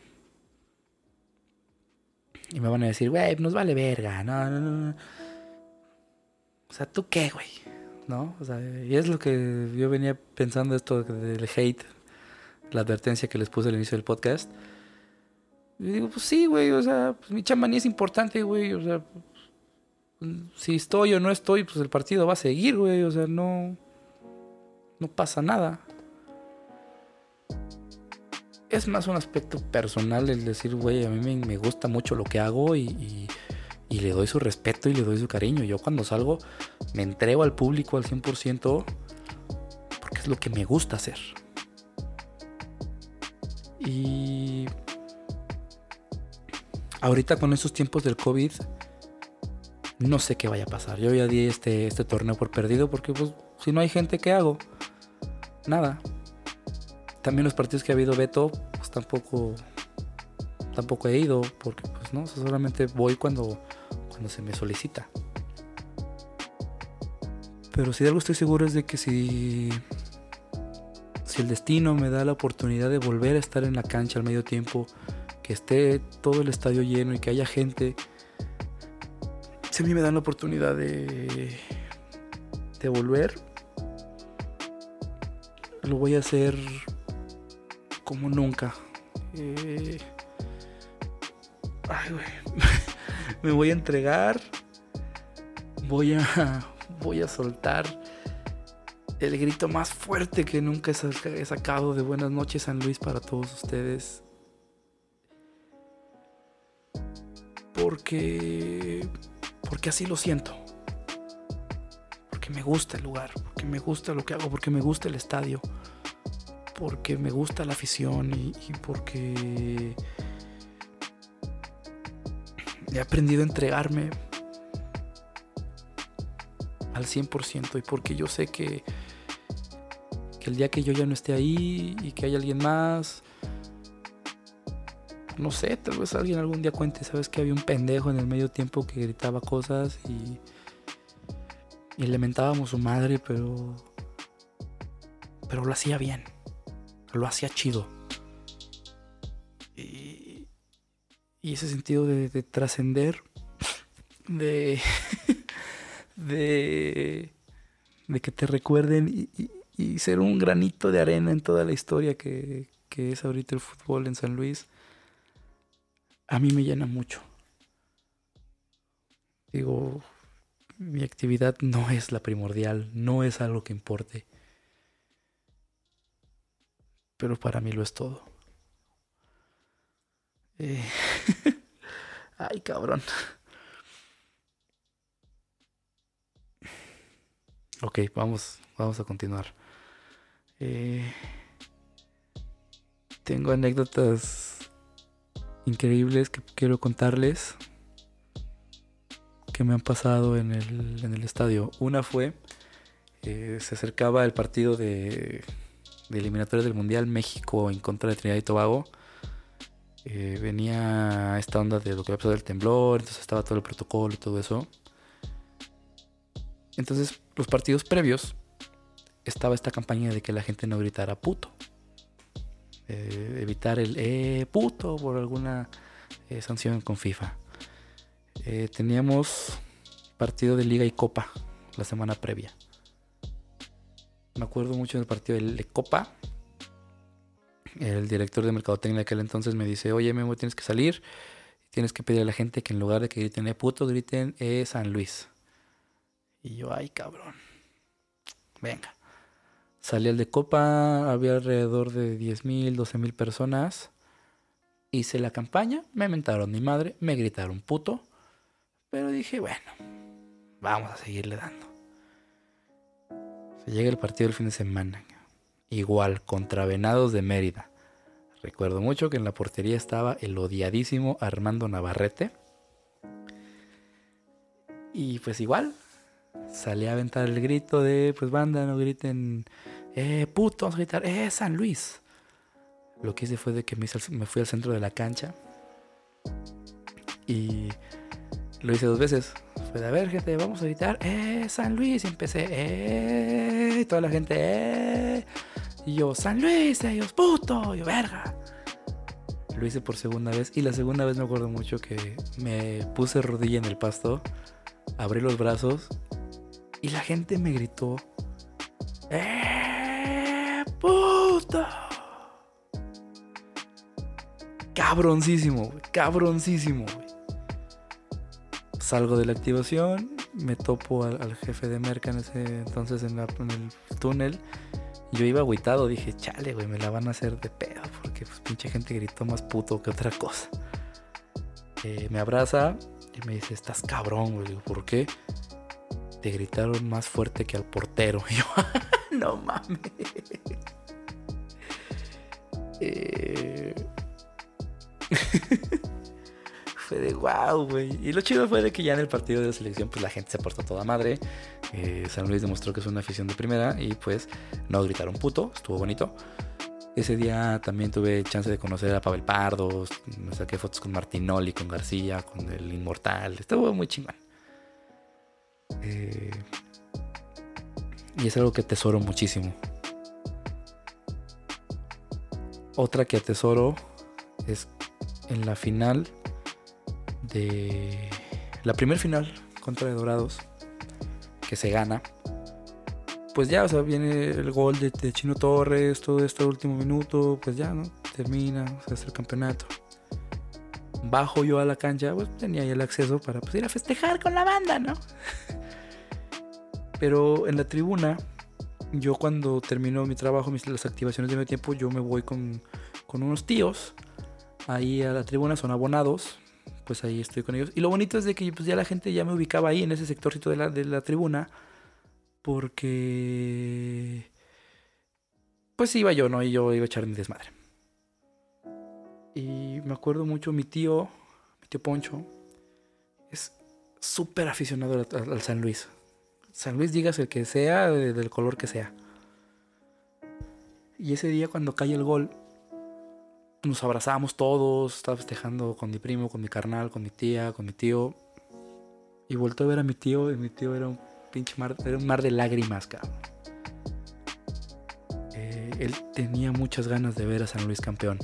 Y me van a decir, güey, nos vale verga, no, no, no. O sea, ¿tú qué, güey? ¿No? O sea, y es lo que yo venía pensando esto del hate, la advertencia que les puse al inicio del podcast. Y digo, pues sí, güey, o sea, pues mi chamba ni es importante, güey, o sea, si estoy o no estoy, pues el partido va a seguir, güey, o sea, no, no pasa nada. Es más un aspecto personal el decir, güey, a mí me, me gusta mucho lo que hago y, y, y le doy su respeto y le doy su cariño. Yo cuando salgo me entrego al público al cien por ciento porque es lo que me gusta hacer. Y ahorita con estos tiempos del COVID, no sé qué vaya a pasar. Yo ya di este, este torneo por perdido porque pues si no hay gente, ¿qué hago? Nada. También los partidos que ha habido veto, pues tampoco tampoco he ido, porque pues no, solamente voy cuando, cuando se me solicita. Pero si de algo estoy seguro es de que si, si el destino me da la oportunidad de volver a estar en la cancha al medio tiempo, que esté todo el estadio lleno y que haya gente, si a mí me dan la oportunidad de, de volver, lo voy a hacer como nunca. Eh... Ay, güey. Me voy a entregar. Voy a. Voy a soltar el grito más fuerte que nunca he sacado de Buenas noches, San Luis, para todos ustedes. Porque. Porque así lo siento. Porque me gusta el lugar. Porque me gusta lo que hago. Porque me gusta el estadio. Porque me gusta la afición y, y porque he aprendido a entregarme al cien por ciento y porque yo sé que, que el día que yo ya no esté ahí y que hay alguien más, no sé, tal vez alguien algún día cuente, sabes que había un pendejo en el medio tiempo que gritaba cosas y, y le mentábamos su madre, pero pero lo hacía bien. Lo hacía chido. Y, y ese sentido de, de trascender, de, de, de que te recuerden y, y, y ser un granito de arena en toda la historia que, que es ahorita el fútbol en San Luis, a mí me llena mucho. Digo, mi actividad no es la primordial, no es algo que importe. Pero para mí lo es todo. Eh... Ay, cabrón. Ok, vamos, vamos a continuar. Eh... Tengo anécdotas increíbles que quiero contarles que me han pasado en el, en el estadio. Una fue, eh, se acercaba el partido de, de eliminatorias del Mundial, México en contra de Trinidad y Tobago. Eh, venía esta onda de lo que había pasado del temblor, entonces estaba todo el protocolo y todo eso. Entonces, los partidos previos estaba esta campaña de que la gente no gritara puto. Eh, evitar el eh, puto por alguna eh, sanción con FIFA. Eh, teníamos partido de Liga y Copa la semana previa. Me acuerdo mucho del partido de Copa. El director de mercadotecnia de aquel entonces me dice: oye, Memo, tienes que salir y tienes que pedir a la gente que en lugar de que griten eh, puto, griten eh, San Luis. Y yo, ay, cabrón, venga. Salí al de Copa, había alrededor de diez mil, doce mil personas. Hice la campaña, me mentaron mi madre, me gritaron puto. Pero dije, bueno, vamos a seguirle dando. Se llega el partido del fin de semana. Igual, contra Venados de Mérida. Recuerdo mucho que en la portería estaba el odiadísimo Armando Navarrete. Y pues igual, salí a aventar el grito de, pues banda, no griten, eh, puto, vamos a gritar, eh, San Luis. Lo que hice fue de que me, hice, me fui al centro de la cancha. Y lo hice dos veces. Fue de, a ver, gente, vamos a gritar, eh, San Luis. Y empecé, eh, y toda la gente, eh. Y yo, San Luis, ellos, puto, y yo, verga. Lo hice por segunda vez. Y la segunda vez me acuerdo mucho que me puse rodilla en el pasto, abrí los brazos y la gente me gritó, ¡eh, puto! Cabroncísimo, güey, cabroncísimo, güey. Salgo de la activación, me topo al, al jefe de merca en ese entonces en, la, en el túnel. Yo iba agüitado, dije, chale, güey, me la van a hacer de pedo, porque pues pinche gente gritó más puto que otra cosa. Eh, me abraza y me dice, estás cabrón, güey. Digo, ¿por qué? Te gritaron más fuerte que al portero. Y yo, no mames. Eh... Fue de wow, güey. Y lo chido fue de que ya en el partido de la selección, pues la gente se portó toda madre. Eh, San Luis demostró que es una afición de primera y pues no gritaron puto, estuvo bonito. Ese día también tuve chance de conocer a Pavel Pardos, me saqué fotos con Martinoli, con García, con el Inmortal, estuvo muy chingón. Eh, y es algo que atesoro muchísimo. Otra que atesoro es en la final de la primer final contra de Dorados, que se gana. Pues ya, o sea, viene el gol de, de Chino Torres, todo esto último minuto, pues ya, ¿no? Termina, se hace el campeonato. Bajo yo a la cancha, pues tenía ya el acceso para pues, ir a festejar con la banda, ¿no? Pero en la tribuna, yo cuando termino mi trabajo, mis, las activaciones de mi tiempo, yo me voy con, con unos tíos ahí a la tribuna, son abonados, pues ahí estoy con ellos. Y lo bonito es de que pues, ya la gente ya me ubicaba ahí en ese sectorcito de la, de la tribuna, porque pues iba yo, ¿no? Y yo iba a echar mi desmadre. Y me acuerdo mucho, mi tío, mi tío Poncho, es súper aficionado al, al San Luis. San Luis, digas el que sea, del color que sea. Y ese día cuando cae el gol, nos abrazamos todos, estaba festejando con mi primo, con mi carnal, con mi tía, con mi tío. Y volteé a ver a mi tío, y mi tío era un pinche mar, era un mar de lágrimas, cabrón. Eh, él tenía muchas ganas de ver a San Luis campeón.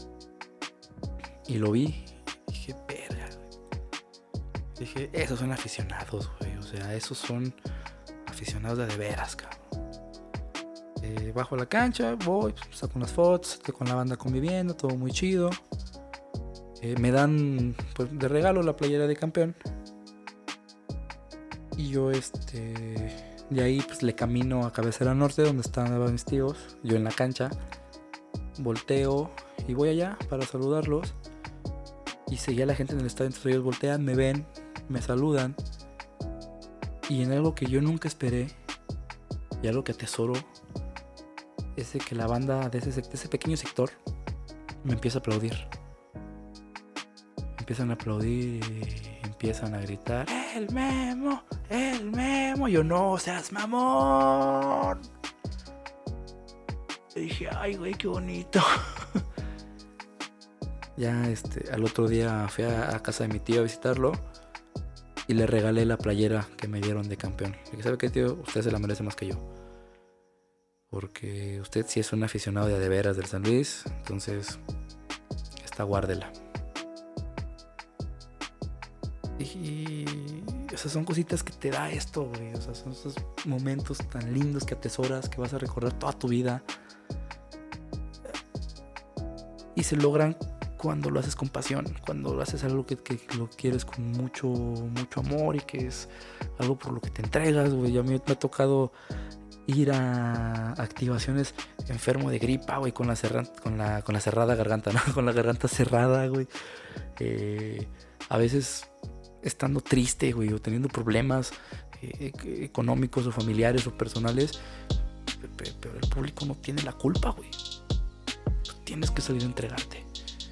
Y lo vi, y dije, verga, güey. Dije, esos son aficionados, güey. O sea, esos son aficionados de de veras, cabrón. Eh, bajo la cancha, voy, saco unas fotos, estoy con la banda conviviendo, todo muy chido. Eh, me dan pues, de regalo la playera de campeón. Y yo este de ahí pues le camino a Cabecera Norte, donde estaban mis tíos, yo en la cancha, volteo y voy allá para saludarlos. Y seguía la gente en el estadio, entonces ellos voltean, me ven, me saludan. Y en algo que yo nunca esperé, y algo que atesoro, es de que la banda de ese, de ese pequeño sector me empieza a aplaudir. Empiezan a aplaudir y empiezan a gritar: ¡El Memo! ¡El Memo! Yo, no seas mamón. Y dije, ay, güey, qué bonito. Ya este, al otro día fui a, a casa de mi tío a visitarlo y le regalé la playera que me dieron de campeón. Y dije, ¿sabe qué, tío? Usted se la merece más que yo. Porque usted sí es un aficionado de a de veras del San Luis. Entonces, esta guárdela. Y, y o sea, son cositas que te da esto, güey. O sea, son esos momentos tan lindos que atesoras, que vas a recordar toda tu vida. Y se logran cuando lo haces con pasión, cuando lo haces algo que, que lo quieres con mucho, mucho amor y que es algo por lo que te entregas, güey. A mí me ha tocado ir a activaciones enfermo de gripa, güey, con la, cerra, con la, con la cerrada garganta, ¿no? Con la garganta cerrada, güey. Eh, a veces estando triste, güey, o teniendo problemas eh, económicos o familiares o personales, pero el público no tiene la culpa, güey. Tú tienes que salir a entregarte.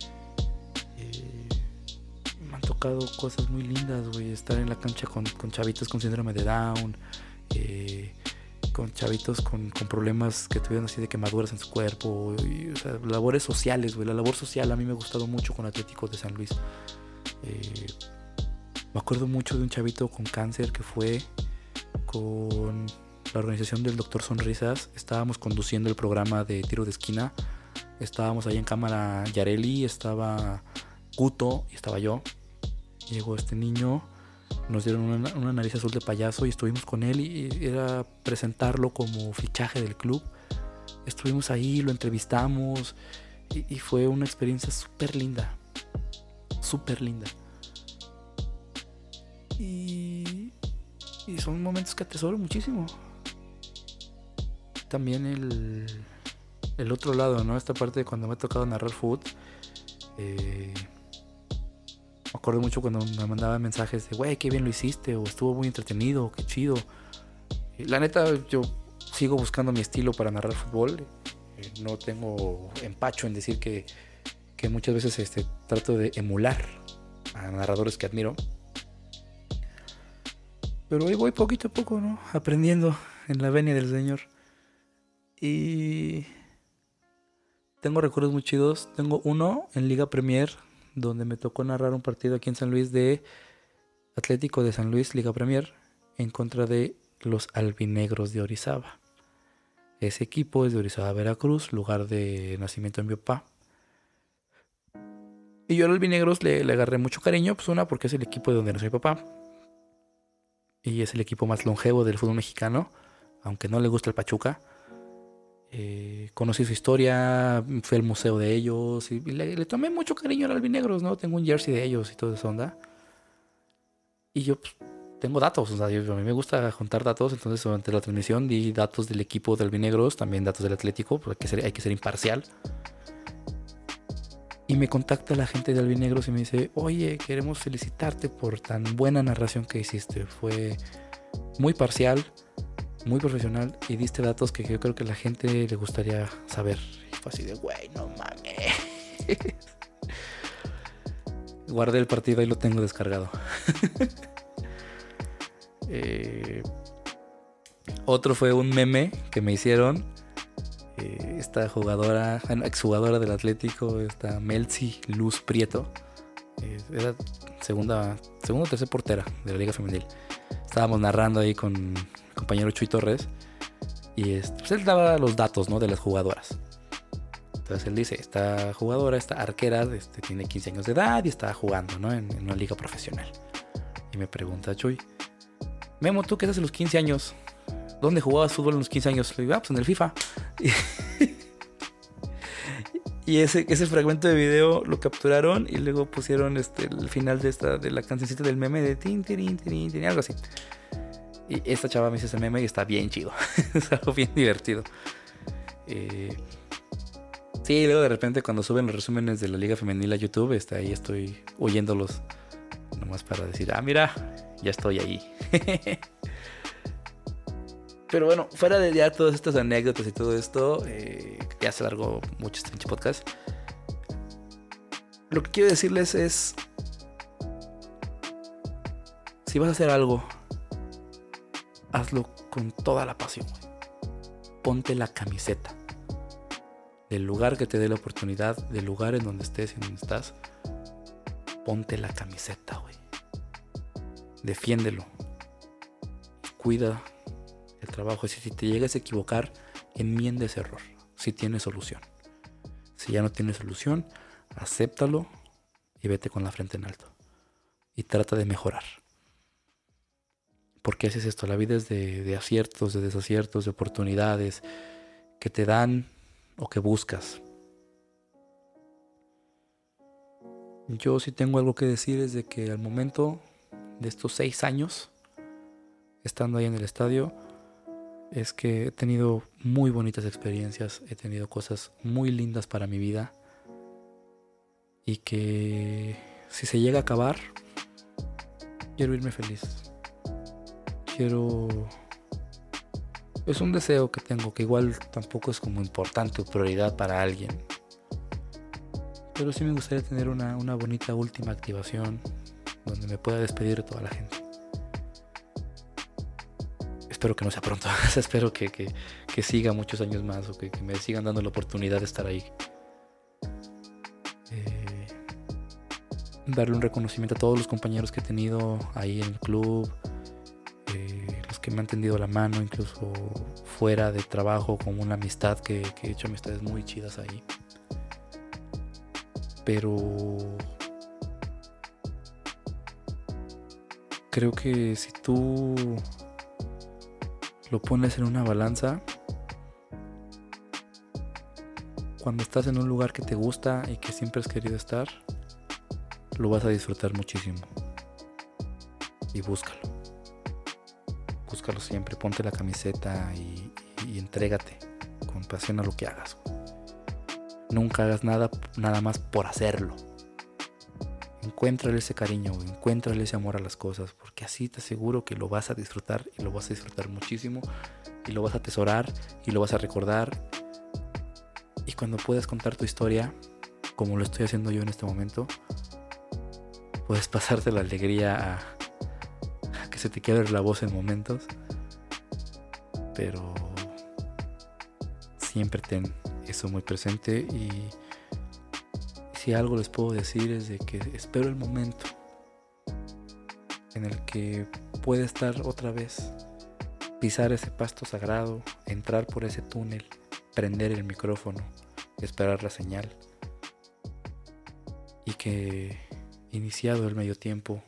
Me han tocado cosas muy lindas, güey. Estar en la cancha con, con chavitos con síndrome de Down, eh, con chavitos con, con problemas que tuvieron así de quemaduras en su cuerpo, y, o sea, labores sociales, güey. La labor social a mí me ha gustado mucho con Atlético de San Luis. Eh, me acuerdo mucho de un chavito con cáncer que fue con la organización del doctor Sonrisas. Estábamos conduciendo el programa de tiro de esquina. Estábamos ahí en cámara Yareli, estaba Guto y estaba yo. Llegó este niño, nos dieron una, una nariz azul de payaso y estuvimos con él y era presentarlo como fichaje del club. Estuvimos ahí, lo entrevistamos y, y fue una experiencia súper linda, súper linda. Y, y son momentos que atesoro muchísimo. También el, el otro lado, ¿no? Esta parte de cuando me ha tocado narrar fútbol. Eh, me acuerdo mucho cuando me mandaban mensajes de, güey, qué bien lo hiciste, o estuvo muy entretenido, o qué chido. Y la neta, yo sigo buscando mi estilo para narrar fútbol. Eh, no tengo empacho en decir que, que muchas veces este, trato de emular a narradores que admiro. Pero ahí voy poquito a poco, ¿no? Aprendiendo en la venia del Señor. Y tengo recuerdos muy chidos. Tengo uno en Liga Premier, donde me tocó narrar un partido aquí en San Luis de Atlético de San Luis, Liga Premier, en contra de los albinegros de Orizaba. Ese equipo es de Orizaba, Veracruz, lugar de nacimiento de mi papá. Y yo a los albinegros le, le agarré mucho cariño, pues una, porque es el equipo de donde nació mi papá. Y es el equipo más longevo del fútbol mexicano, aunque no le gusta el Pachuca. Eh, conocí su historia, fui al museo de ellos y, y le, le tomé mucho cariño a los albinegros, ¿no? Tengo un jersey de ellos y toda esa onda. Y yo pues, tengo datos, o sea, yo, a mí me gusta juntar datos, entonces durante la transmisión di datos del equipo de albinegros, también datos del Atlético, porque hay que ser, hay que ser imparcial. Y me contacta la gente de albinegros y me dice, oye, queremos felicitarte por tan buena narración que hiciste. Fue muy parcial, muy profesional y diste datos que yo creo que a la gente le gustaría saber. Y fue así de, güey, no mames. Guardé el partido y lo tengo descargado. eh, otro fue un meme que me hicieron. Eh, esta jugadora, exjugadora del Atlético, esta Melzi Luz Prieto. Eh, era segunda, segunda o tercera portera de la Liga Femenil. Estábamos narrando ahí con compañero Chuy Torres y este, pues él daba los datos, ¿no? De las jugadoras. Entonces él dice, esta jugadora, esta arquera este, tiene quince años de edad y está jugando, ¿no? en, en una liga profesional. Y me pregunta Chuy, Memo, ¿tú qué haces a los quince años? ¿Dónde jugabas fútbol en los quince años? Le digo, ah, pues en el FIFA. Y ese, ese fragmento de video lo capturaron y luego pusieron este, el final de esta de la cancioncita del meme de tin, tin, tin, tin, algo así. Y esta chava me hizo ese meme y está bien chido. Es algo bien divertido. Eh, sí, luego de repente cuando suben los resúmenes de la Liga Femenil a YouTube, está ahí estoy oyéndolos. Nomás para decir, ah, mira, ya estoy ahí. Pero bueno, fuera de ya todas estas anécdotas y todo esto, eh, ya se largó mucho este podcast. Lo que quiero decirles es, si vas a hacer algo, hazlo con toda la pasión, güey. Ponte la camiseta. Del lugar que te dé la oportunidad, del lugar en donde estés y en donde estás, ponte la camiseta, güey. Defiéndelo. Cuida el trabajo. Y si te llegas a equivocar, enmienda ese error. Si tiene solución. Si ya no tiene solución, acéptalo y vete con la frente en alto. Y trata de mejorar. ¿Por qué haces esto? La vida es de, de aciertos, de desaciertos, de oportunidades que te dan o que buscas. Yo sí tengo algo que decir, es de que al momento de estos seis años, estando ahí en el estadio, es que he tenido muy bonitas experiencias, he tenido cosas muy lindas para mi vida y que si se llega a acabar, quiero irme feliz. Quiero... Es un deseo que tengo, que igual tampoco es como importante o prioridad para alguien. Pero sí me gustaría tener una, una bonita última activación donde me pueda despedir de toda la gente. Espero que no sea pronto. Espero que, que, que siga muchos años más o que, que me sigan dando la oportunidad de estar ahí. Eh, darle un reconocimiento a todos los compañeros que he tenido ahí en el club. Eh, los que me han tendido la mano, incluso fuera de trabajo, como una amistad que, que he hecho amistades muy chidas ahí. Pero creo que si tú lo pones en una balanza, cuando estás en un lugar que te gusta y que siempre has querido estar, lo vas a disfrutar muchísimo. Y búscalo. Búscalo siempre, ponte la camiseta y, y, y entrégate con pasión a lo que hagas. Nunca hagas nada nada más por hacerlo. Encuéntrale ese cariño, encuéntrale ese amor a las cosas, porque así te aseguro que lo vas a disfrutar y lo vas a disfrutar muchísimo y lo vas a atesorar y lo vas a recordar. Y cuando puedas contar tu historia, como lo estoy haciendo yo en este momento, puedes pasarte la alegría a, a que se te quiebre la voz en momentos, pero siempre ten eso muy presente. Y si algo les puedo decir es de que espero el momento en el que pueda estar otra vez, pisar ese pasto sagrado, entrar por ese túnel, prender el micrófono, esperar la señal, y que iniciado el medio tiempo,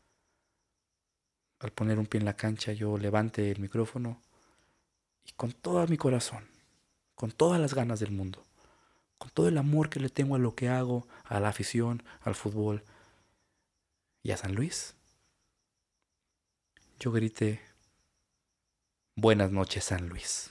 al poner un pie en la cancha, yo levante el micrófono y con todo mi corazón, con todas las ganas del mundo, con todo el amor que le tengo a lo que hago, a la afición, al fútbol y a San Luis, yo grité: buenas noches, San Luis.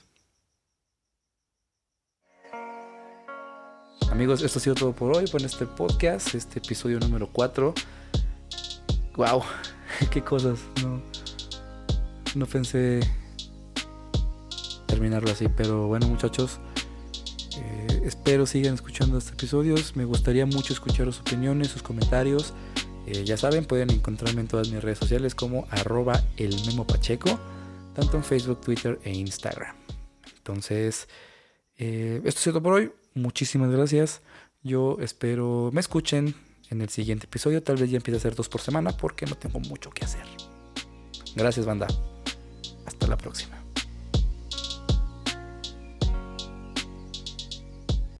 Amigos, esto ha sido todo por hoy, por este podcast, este episodio número cuatro. Wow, qué cosas, no, no pensé terminarlo así, pero bueno, muchachos, eh, espero sigan escuchando estos episodios. Me gustaría mucho escuchar sus opiniones, sus comentarios. Eh, ya saben, pueden encontrarme en todas mis redes sociales como arroba el Memo Pacheco, tanto en Facebook, Twitter e Instagram. Entonces, eh, esto es todo por hoy. Muchísimas gracias. Yo espero me escuchen en el siguiente episodio. Tal vez ya empiece a hacer dos por semana porque no tengo mucho que hacer. Gracias, banda. Hasta la próxima.